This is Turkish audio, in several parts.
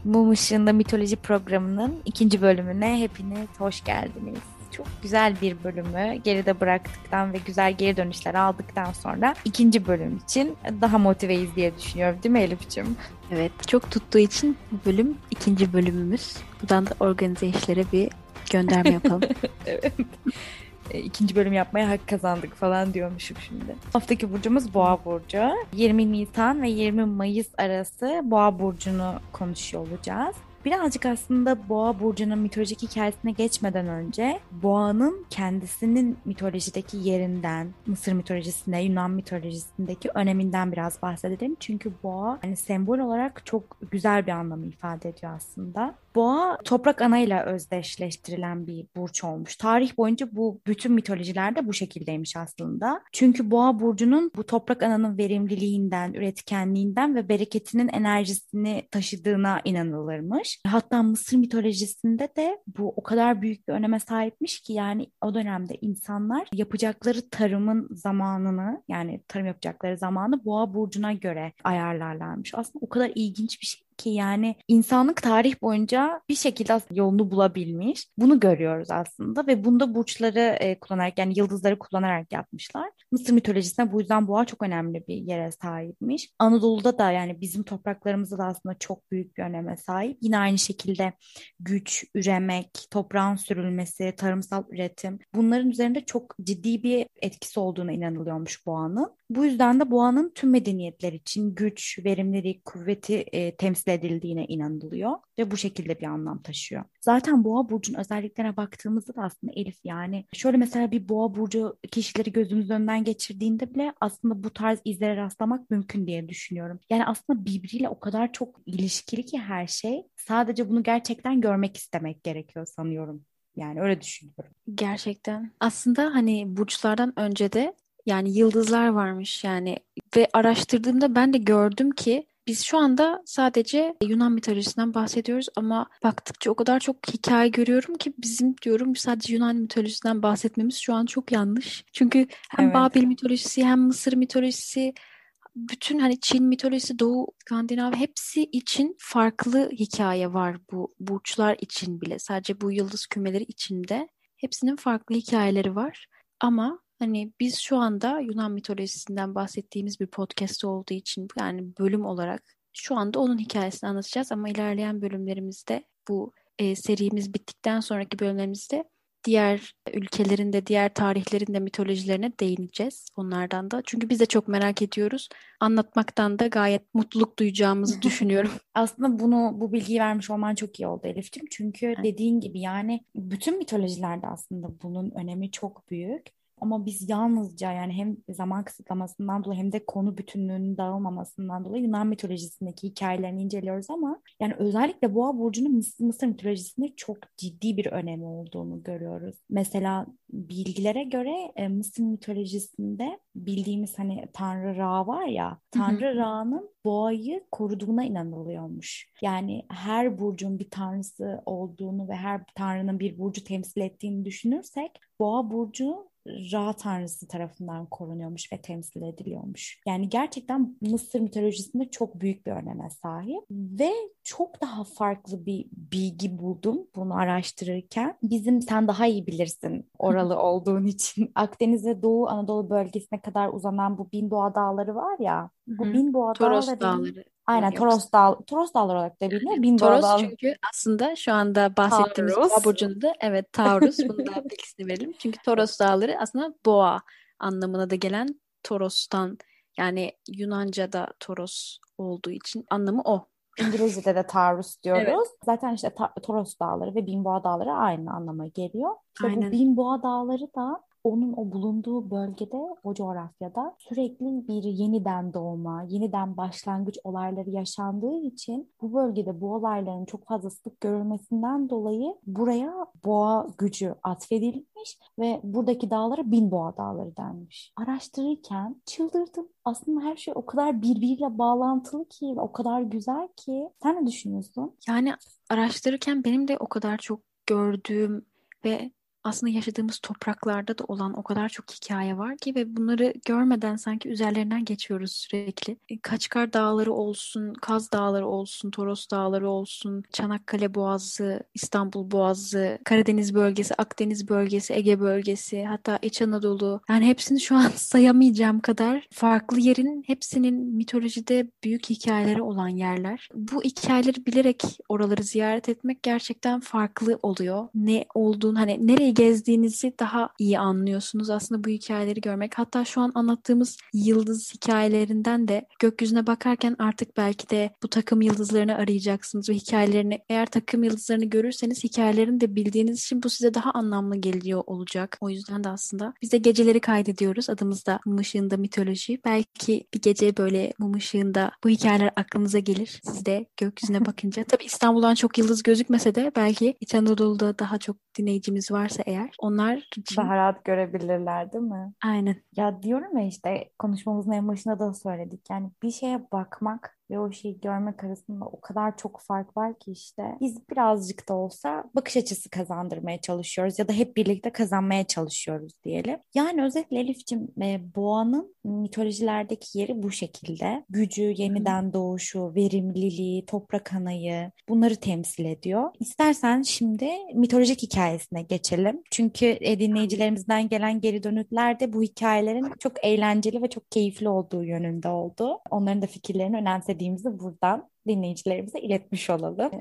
Mum Işığında Mitoloji programının ikinci bölümüne hepiniz hoş geldiniz. Çok güzel bir bölümü geride bıraktıktan ve güzel geri dönüşler aldıktan sonra ikinci bölüm için daha motiveyiz diye düşünüyorum, değil mi Elif'ciğim? Evet, çok tuttuğu için bu bölüm ikinci bölümümüz. Buradan da organize işlere bir gönderme yapalım. Evet. İkinci bölüm yapmaya hak kazandık falan diyormuşum şimdi. Bu haftaki burcumuz Boğa burcu. 20 Nisan ve 20 Mayıs arası Boğa burcunu konuşuyor olacağız. Birazcık aslında Boğa burcunun mitolojik hikayesine geçmeden önce Boğa'nın kendisinin mitolojideki yerinden, Mısır mitolojisinde, Yunan mitolojisindeki öneminden biraz bahsedelim. Çünkü Boğa yani sembol olarak çok güzel bir anlamı ifade ediyor aslında. Boğa toprak anayla özdeşleştirilen bir burç olmuş. Tarih boyunca bu bütün mitolojilerde bu şekildeymiş aslında. Çünkü Boğa burcunun bu toprak ananın verimliliğinden, üretkenliğinden ve bereketinin enerjisini taşıdığına inanılırmış. Hatta Mısır mitolojisinde de bu o kadar büyük bir öneme sahipmiş ki yani o dönemde insanlar yapacakları tarımın zamanını yani tarım yapacakları zamanı Boğa burcuna göre ayarlarlarmış. Aslında o kadar ilginç bir şey ki yani insanlık tarih boyunca bir şekilde aslında yolunu bulabilmiş. Bunu görüyoruz aslında ve bunda burçları kullanarak yani yıldızları kullanarak yapmışlar. Mısır mitolojisinde bu yüzden boğa çok önemli bir yere sahipmiş. Anadolu'da da yani bizim topraklarımızda da aslında çok büyük bir öneme sahip. Yine aynı şekilde güç, üremek, toprağın sürülmesi, tarımsal üretim bunların üzerinde çok ciddi bir etkisi olduğuna inanılıyormuş boğanın. Bu yüzden de boğanın tüm medeniyetler için güç, verimlilik, kuvveti temsil edildiğine inanılıyor ve bu şekilde bir anlam taşıyor. Zaten boğa burcunun özelliklerine baktığımızda da aslında Elif yani şöyle mesela bir boğa burcu kişileri gözümüz önünden geçirdiğinde bile aslında bu tarz izlere rastlamak mümkün diye düşünüyorum. Yani aslında birbiriyle o kadar çok ilişkili ki her şey. Sadece bunu gerçekten görmek istemek gerekiyor sanıyorum. Yani öyle düşünüyorum. Gerçekten. Aslında hani burçlardan önce de yani yıldızlar varmış yani ve araştırdığımda ben de gördüm ki biz şu anda sadece Yunan mitolojisinden bahsediyoruz ama baktıkça o kadar çok hikaye görüyorum ki bizim diyorum sadece Yunan mitolojisinden bahsetmemiz şu an çok yanlış. Çünkü hem Evet. Babil mitolojisi hem Mısır mitolojisi bütün hani Çin mitolojisi, Doğu, Skandinav hepsi için farklı hikaye var bu burçlar için bile. Sadece bu yıldız kümeleri içinde hepsinin farklı hikayeleri var. Ama hani biz şu anda Yunan mitolojisinden bahsettiğimiz bir podcast olduğu için yani bölüm olarak şu anda onun hikayesini anlatacağız ama ilerleyen bölümlerimizde bu serimiz bittikten sonraki bölümlerimizde diğer ülkelerin de diğer tarihlerin de mitolojilerine değineceğiz onlardan da. Çünkü biz de çok merak ediyoruz. Anlatmaktan da gayet mutluluk duyacağımızı düşünüyorum. Aslında bu bilgiyi vermiş olman çok iyi oldu Elif'ciğim. Çünkü dediğin gibi yani bütün mitolojilerde aslında bunun önemi çok büyük. Ama biz yalnızca yani hem zaman kısıtlamasından dolayı hem de konu bütünlüğünün dağılmamasından dolayı Yunan mitolojisindeki hikayelerini inceliyoruz ama yani özellikle Boğa burcunun Mısır mitolojisinde çok ciddi bir önemi olduğunu görüyoruz. Mesela bilgilere göre Mısır mitolojisinde bildiğimiz hani Tanrı Ra var ya, Hı hı. Tanrı Ra'nın boğayı koruduğuna inanılıyormuş. Yani her burcun bir tanrısı olduğunu ve her tanrının bir burcu temsil ettiğini düşünürsek boğa burcu Ra tanrısı tarafından korunuyormuş ve temsil ediliyormuş. Yani gerçekten Mısır mitolojisinde çok büyük bir öneme sahip ve çok daha farklı bir bilgi buldum bunu araştırırken. Bizim sen daha iyi bilirsin oralı olduğun için. Akdeniz ve Doğu Anadolu bölgesine kadar uzanan bu Binboğa Dağları var ya. Hı Bu hı. Binboğa Toros Dağları'nın Dağları mı aynen yoksa? Toros Dağları olarak da biliniyor. Evet. Binboğa Toros Dağları. çünkü aslında şu anda bahsettiğimiz boğa Taurus. burcunda evet Taurus. Bunu da bilgisini verelim. Çünkü Toros Dağları aslında boğa anlamına da gelen Toros'tan yani Yunanca'da Toros olduğu için anlamı o. İngilizce'de de Taurus Evet. diyoruz. Zaten işte Toros Dağları ve Binboğa Dağları aynı anlama geliyor. İşte bu Aynen. Binboğa Dağları da onun o bulunduğu bölgede, o coğrafyada sürekli bir yeniden doğma, yeniden başlangıç olayları yaşandığı için bu bölgede bu olayların çok fazla sık görülmesinden dolayı buraya boğa gücü atfedilmiş ve buradaki dağlara Binboğa Dağları denmiş. Araştırırken çıldırdım. Aslında her şey o kadar birbiriyle bağlantılı ki, o kadar güzel ki. Sen ne düşünüyorsun? Yani araştırırken benim de o kadar çok gördüğüm ve aslında yaşadığımız topraklarda da olan o kadar çok hikaye var ki ve bunları görmeden sanki üzerlerinden geçiyoruz sürekli. Kaçkar Dağları olsun, Kaz Dağları olsun, Toros Dağları olsun, Çanakkale Boğazı, İstanbul Boğazı, Karadeniz bölgesi, Akdeniz bölgesi, Ege bölgesi, hatta İç Anadolu. Yani hepsini şu an sayamayacağım kadar farklı yerin hepsinin mitolojide büyük hikayeleri olan yerler. Bu hikayeleri bilerek oraları ziyaret etmek gerçekten farklı oluyor. Ne olduğunu, hani nereyi gezdiğinizi daha iyi anlıyorsunuz aslında bu hikayeleri görmek. Hatta şu an anlattığımız yıldız hikayelerinden de gökyüzüne bakarken artık belki de bu takım yıldızlarını arayacaksınız ve hikayelerini, eğer takım yıldızlarını görürseniz hikayelerini de bildiğiniz için bu size daha anlamlı geliyor olacak. O yüzden de aslında biz de geceleri kaydediyoruz. Adımız da Mum Işığında Mitoloji. Belki bir gece böyle mum ışığında bu hikayeler aklınıza gelir. Siz de gökyüzüne bakınca. Tabii İstanbul'dan çok yıldız gözükmese de belki İç Anadolu'da daha çok dinleyicimiz varsa eğer onlar için. Daha rahat görebilirler değil mi? Aynen. Ya diyorum ya, işte konuşmamızın en başında da söyledik. Yani bir şeye bakmak ve o şeyi görmek arasında o kadar çok fark var ki işte. Biz birazcık da olsa bakış açısı kazandırmaya çalışıyoruz ya da hep birlikte kazanmaya çalışıyoruz diyelim. Yani özetle Elif'ciğim, boğanın mitolojilerdeki yeri bu şekilde. Gücü, yeniden doğuşu, verimliliği, toprak anayı, bunları temsil ediyor. İstersen şimdi mitolojik hikayesine geçelim. Çünkü dinleyicilerimizden gelen geri dönütler de bu hikayelerin çok eğlenceli ve çok keyifli olduğu yönünde oldu. Onların da fikirlerini önemsediğimizi buradan dinleyicilerimize iletmiş olalım.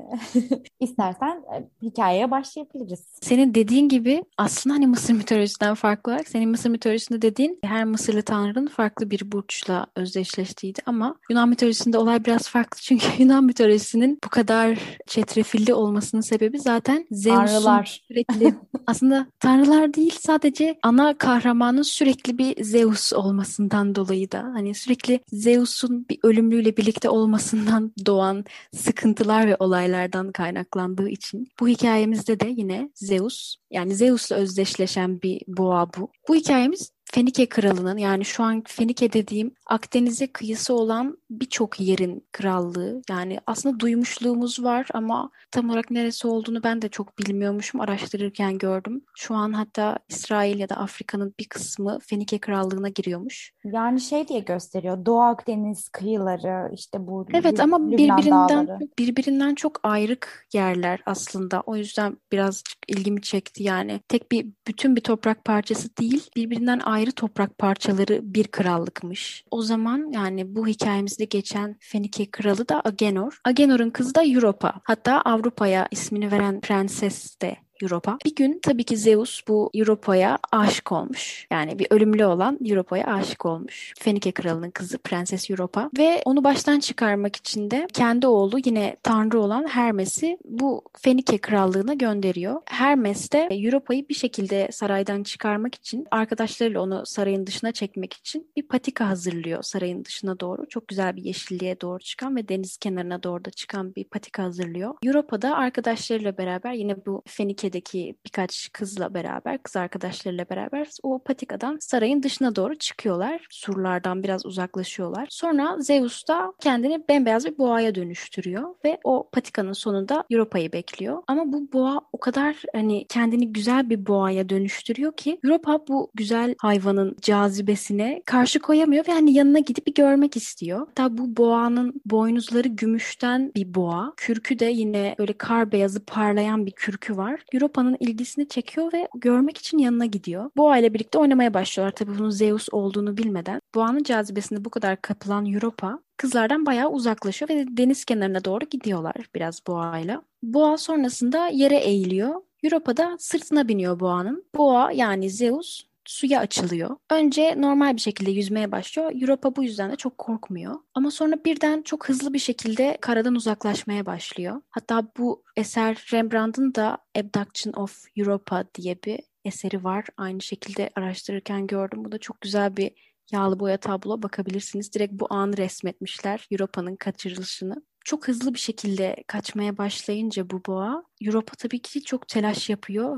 İstersen hikayeye başlayabiliriz. Senin dediğin gibi aslında hani Mısır mitolojisinden farklı olarak senin Mısır mitolojisinde dediğin her Mısırlı tanrının farklı bir burçla özdeşleştiğiydi ama Yunan mitolojisinde olay biraz farklı çünkü Yunan mitolojisinin bu kadar çetrefilli olmasının sebebi zaten Zeus'un Tanrılar. sürekli aslında tanrılar değil sadece ana kahramanın sürekli bir Zeus olmasından dolayı da hani sürekli Zeus'un bir ölümlüyle birlikte olmasından doğan sıkıntılar ve olaylardan kaynaklandığı için bu hikayemizde de yine Zeus, yani Zeus'la özdeşleşen bir boğa bu. Bu hikayemiz Fenike Kralı'nın, yani şu an Fenike dediğim Akdeniz'e kıyısı olan birçok yerin krallığı. Yani aslında duymuşluğumuz var ama tam olarak neresi olduğunu ben de çok bilmiyormuşum. Araştırırken gördüm. Şu an hatta İsrail ya da Afrika'nın bir kısmı Fenike Krallığı'na giriyormuş. Yani şey diye gösteriyor. Doğu Akdeniz kıyıları, işte bu Evet ama Lübnan dağları. birbirinden çok ayrık yerler aslında. O yüzden birazcık ilgimi çekti yani. Tek bir bütün bir toprak parçası değil, birbirinden ayrı toprak parçaları bir krallıkmış. O zaman yani bu hikayemizde geçen Fenike kralı da Agenor. Agenor'un kızı da Europa. Hatta Avrupa'ya ismini veren prenses de Europa. Bir gün tabii ki Zeus bu Europa'ya aşık olmuş. Yani bir ölümlü olan Europa'ya aşık olmuş. Fenike kralının kızı Prenses Europa ve onu baştan çıkarmak için de kendi oğlu yine tanrı olan Hermes'i bu Fenike krallığına gönderiyor. Hermes de Europa'yı bir şekilde saraydan çıkarmak için arkadaşlarıyla onu sarayın dışına çekmek için bir patika hazırlıyor sarayın dışına doğru. Çok güzel bir yeşilliğe doğru çıkan ve deniz kenarına doğru da çıkan bir patika hazırlıyor. Europa da arkadaşlarıyla beraber yine bu Fenike'deki birkaç kızla beraber, kız arkadaşlarıyla beraber o patikadan sarayın dışına doğru çıkıyorlar. Surlardan biraz uzaklaşıyorlar. Sonra Zeus da kendini bembeyaz bir boğaya dönüştürüyor ve o patikanın sonunda Europa'yı bekliyor. Ama bu boğa o kadar hani kendini güzel bir boğaya dönüştürüyor ki Europa bu güzel hayvanın cazibesine karşı koyamıyor ve hani yanına gidip bir görmek istiyor. Hatta bu boğanın boynuzları gümüşten bir boğa. Kürkü de yine böyle kar beyazı parlayan bir kürkü var. Europa'nın ilgisini çekiyor ve görmek için yanına gidiyor. Boğa ile birlikte oynamaya başlıyorlar. Tabii bunun Zeus olduğunu bilmeden. Boğanın cazibesine bu kadar kapılan Europa kızlardan bayağı uzaklaşıyor ve deniz kenarına doğru gidiyorlar biraz boğayla. Boğa sonrasında yere eğiliyor. Europa da sırtına biniyor boğanın. Boğa yani Zeus suya açılıyor. Önce normal bir şekilde yüzmeye başlıyor. Europa bu yüzden de çok korkmuyor. Ama sonra birden çok hızlı bir şekilde karadan uzaklaşmaya başlıyor. Hatta bu eser Rembrandt'ın da Abduction of Europa diye bir eseri var. Aynı şekilde araştırırken gördüm. Bu da çok güzel bir yağlı boya tablo, bakabilirsiniz. Direkt bu anı resmetmişler. Europa'nın kaçırılışını. Çok hızlı bir şekilde kaçmaya başlayınca bu boğa, Europa tabii ki çok telaş yapıyor ve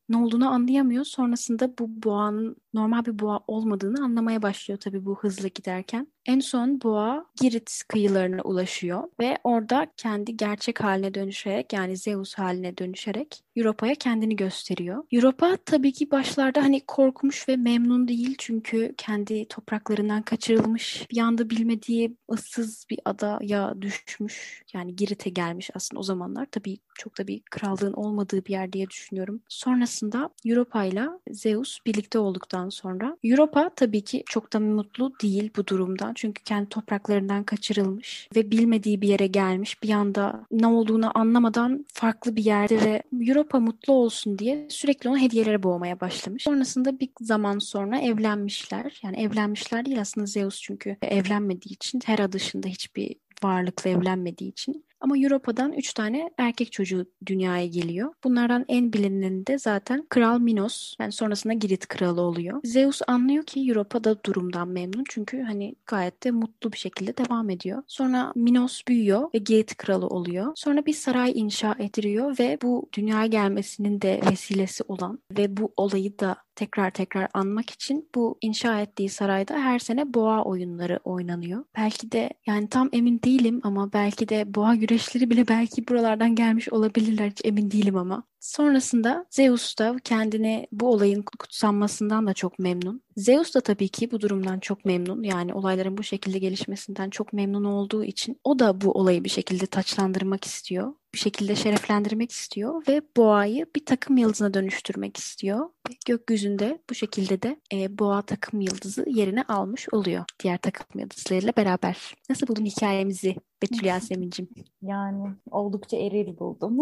ne olduğunu anlayamıyor. Sonrasında bu boğanın normal bir boğa olmadığını anlamaya başlıyor tabii bu hızla giderken. En son boğa Girit kıyılarına ulaşıyor ve orada kendi gerçek haline dönüşerek, yani Zeus haline dönüşerek Europa'ya kendini gösteriyor. Europa tabii ki başlarda hani korkmuş ve memnun değil, çünkü kendi topraklarından kaçırılmış, bir anda bilmediği ıssız bir adaya düşmüş. Yani Girit'e gelmiş aslında o zamanlar. Tabii çok da bir krallığın olmadığı bir yer diye düşünüyorum. Sonrasında Europa ile Zeus birlikte olduktan sonra Europa tabii ki çok da mutlu değil bu durumdan. Çünkü kendi topraklarından kaçırılmış ve bilmediği bir yere gelmiş. Bir anda ne olduğunu anlamadan farklı bir yerde ve Europa mutlu olsun diye sürekli ona hediyelere boğmaya başlamış. Sonrasında bir zaman sonra evlenmişler. Yani evlenmişler değil aslında, Zeus çünkü evlenmediği için, Hera dışında hiçbir varlıkla evlenmediği için. Ama Europa'dan 3 tane erkek çocuğu dünyaya geliyor. Bunlardan en bilineni de zaten Kral Minos. Yani sonrasında Girit kralı oluyor. Zeus anlıyor ki Europa da durumdan memnun. Çünkü hani gayet de mutlu bir şekilde devam ediyor. Sonra Minos büyüyor ve Girit kralı oluyor. Sonra bir saray inşa ediliyor ve bu dünyaya gelmesinin de vesilesi olan ve bu olayı da tekrar tekrar anmak için bu inşa ettiği sarayda her sene boğa oyunları oynanıyor. Belki de, yani tam emin değilim ama belki de boğa güreşleri bile belki buralardan gelmiş olabilirler, hiç emin değilim ama. Sonrasında Zeus da kendini bu olayın kutsanmasından da çok memnun. Zeus da tabii ki bu durumdan çok memnun. Yani olayların bu şekilde gelişmesinden çok memnun olduğu için o da bu olayı bir şekilde taçlandırmak istiyor. Bir şekilde şereflendirmek istiyor ve boğayı bir takım yıldızına dönüştürmek istiyor. Ve gökyüzünde bu şekilde de boğa takım yıldızı yerini almış oluyor diğer takım yıldızlarıyla beraber. Nasıl buldun hikayemizi Betül Yasemin'cim? Yani oldukça eril buldum.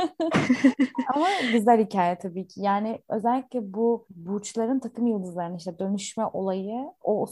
Ama güzel hikaye tabii ki. Yani özellikle bu burçların takım yıldızlarının işte dönüşme olayı,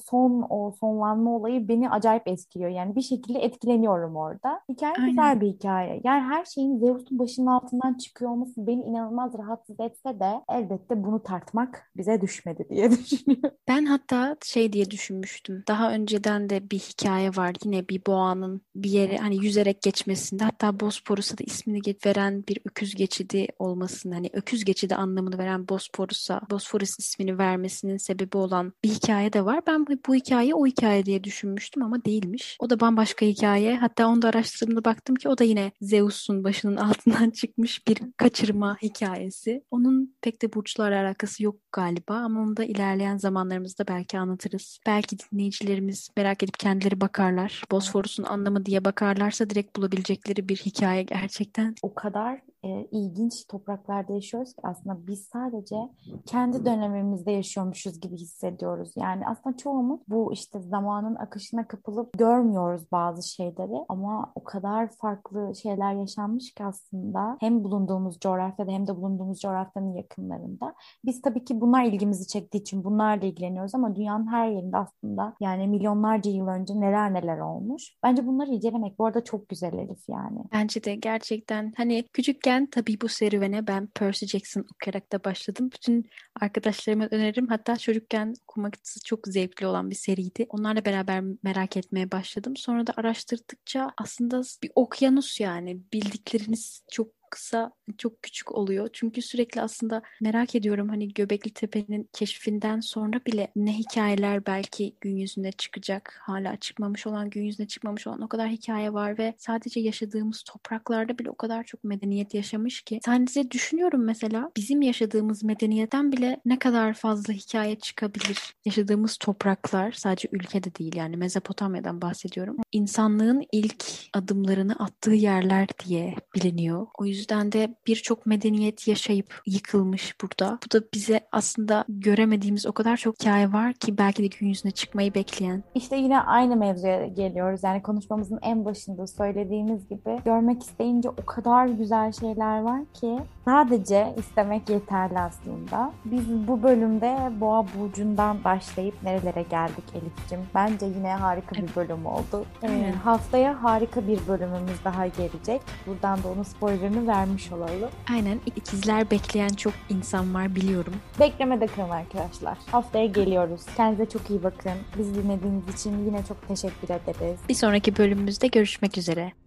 o sonlanma olayı beni acayip etkiliyor. Yani bir şekilde etkileniyorum orada. Hikaye Aynen. güzel bir hikaye. Yani her şeyin Zeus'un başının altından çıkıyor olması beni inanılmaz rahatsız etse de elbette bunu tartmak bize düşmedi diye düşünüyorum. Ben hatta şey diye düşünmüştüm. Daha önceden de bir hikaye var. Yine bir boğanın bir yere hani yüzerek geçmesinde, hatta Bosporus'a da ismini veren bir öküz geçidi olmasını, hani öküz geçidi anlamını veren Bosporus ismini vermesinin sebebi olan bir hikaye de var. Ben bu hikaye o hikaye diye düşünmüştüm ama değilmiş. O da bambaşka hikaye. Hatta onu da araştırdığımda baktım ki o da yine Zeus'un başının altından çıkmış bir kaçırma hikayesi. Onun pek de burçlarla alakası yok galiba ama onu da ilerleyen zamanlarımızda belki anlatırız. Belki dinleyicilerimiz merak edip kendileri bakarlar. Bosforus'un anlamı diye bakarlarsa direkt bulabilecekleri bir hikaye gerçekten. O kadar ilginç topraklarda yaşıyoruz ki aslında biz sadece kendi dönemimizde yaşıyormuşuz gibi hissediyoruz. Yani aslında çoğumuz bu işte zamanın akışına kapılıp görmüyoruz bazı şeyleri ama o kadar farklı şeyler yaşanmış ki aslında hem bulunduğumuz coğrafyada hem de bulunduğumuz coğrafyanın yakınlarında. Biz tabii ki bunlar ilgimizi çektiği için bunlarla ilgileniyoruz ama dünyanın her yerinde aslında yani milyonlarca yıl önce neler neler olmuş. Bence bunları incelemek bu arada çok güzel Elif yani. Bence de gerçekten hani küçükken tabii bu serüvene ben Percy Jackson okuyarak da başladım. Bütün arkadaşlarıma öneririm. Hatta çocukken okumak çok zevkli olan bir seriydi. Onlarla beraber merak etmeye başladım. Sonra da araştırdıkça aslında bir okyanus, yani bildikleriniz çok kısa, çok küçük oluyor. Çünkü sürekli aslında merak ediyorum, hani Göbekli Tepe'nin keşfinden sonra bile ne hikayeler belki gün yüzüne çıkacak. Hala çıkmamış olan, gün yüzüne çıkmamış olan o kadar hikaye var ve sadece yaşadığımız topraklarda bile o kadar çok medeniyet yaşamış ki. Sadece düşünüyorum, mesela bizim yaşadığımız medeniyetten bile ne kadar fazla hikaye çıkabilir. Yaşadığımız topraklar sadece ülkede değil, yani Mezopotamya'dan bahsediyorum. İnsanlığın ilk adımlarını attığı yerler diye biliniyor. O yüzden de birçok medeniyet yaşayıp yıkılmış burada. Bu da bize aslında göremediğimiz o kadar çok hikaye var ki belki de gün yüzüne çıkmayı bekleyen. İşte yine aynı mevzuya geliyoruz. Yani konuşmamızın en başında söylediğimiz gibi görmek isteyince o kadar güzel şeyler var ki sadece istemek yeterli aslında. Biz bu bölümde Boğa burcundan başlayıp nerelere geldik Elif'ciğim? Bence yine harika bir bölüm oldu. Haftaya harika bir bölümümüz daha gelecek. Buradan da onun spoilerını vermiş olalım. Aynen, ikizler bekleyen çok insan var biliyorum. Beklemede kalın arkadaşlar. Haftaya geliyoruz. Kendinize çok iyi bakın. Bizi dinlediğiniz için yine çok teşekkür ederiz. Bir sonraki bölümümüzde görüşmek üzere.